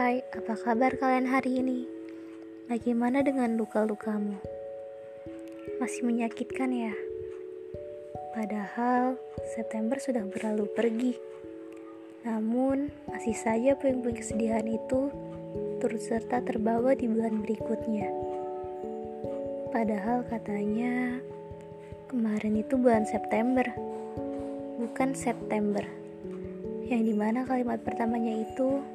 Hai, apa kabar kalian hari ini? Bagaimana dengan luka-lukamu? Masih menyakitkan ya? Padahal September sudah berlalu pergi. Namun, masih saja puing-puing kesedihan itu turut serta terbawa di bulan berikutnya. Padahal katanya kemarin itu bulan September, bukan September. Yang dimana kalimat pertamanya itu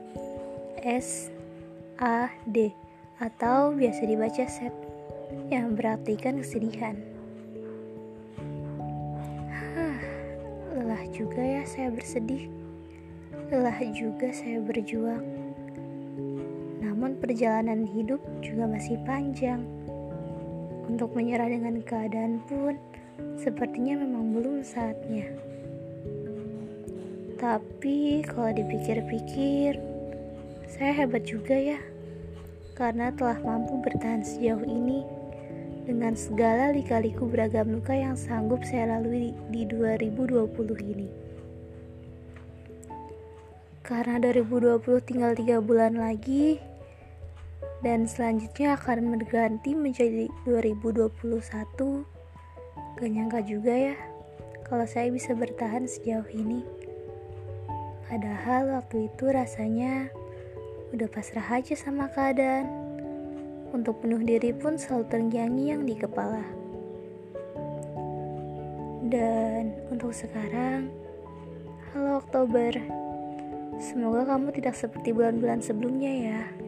SAD atau biasa dibaca set, yang berartikan kesedihan. Lelah juga ya saya bersedih, lelah juga saya berjuang. Namun perjalanan hidup juga masih panjang. Untuk menyerah dengan keadaan pun sepertinya memang belum saatnya. Tapi kalau dipikir-pikir, saya hebat juga ya, karena telah mampu bertahan sejauh ini dengan segala lika-liku beragam luka yang sanggup saya lalui di 2020 ini. Karena 2020 tinggal 3 bulan lagi, dan selanjutnya akan berganti menjadi 2021. Gak nyangka juga ya, kalau saya bisa bertahan sejauh ini. Padahal waktu itu rasanya udah pasrah aja sama keadaan. Untuk penuh diri pun selalu terngiang-ngiang di kepala. Dan untuk sekarang, halo Oktober, semoga kamu tidak seperti bulan-bulan sebelumnya ya.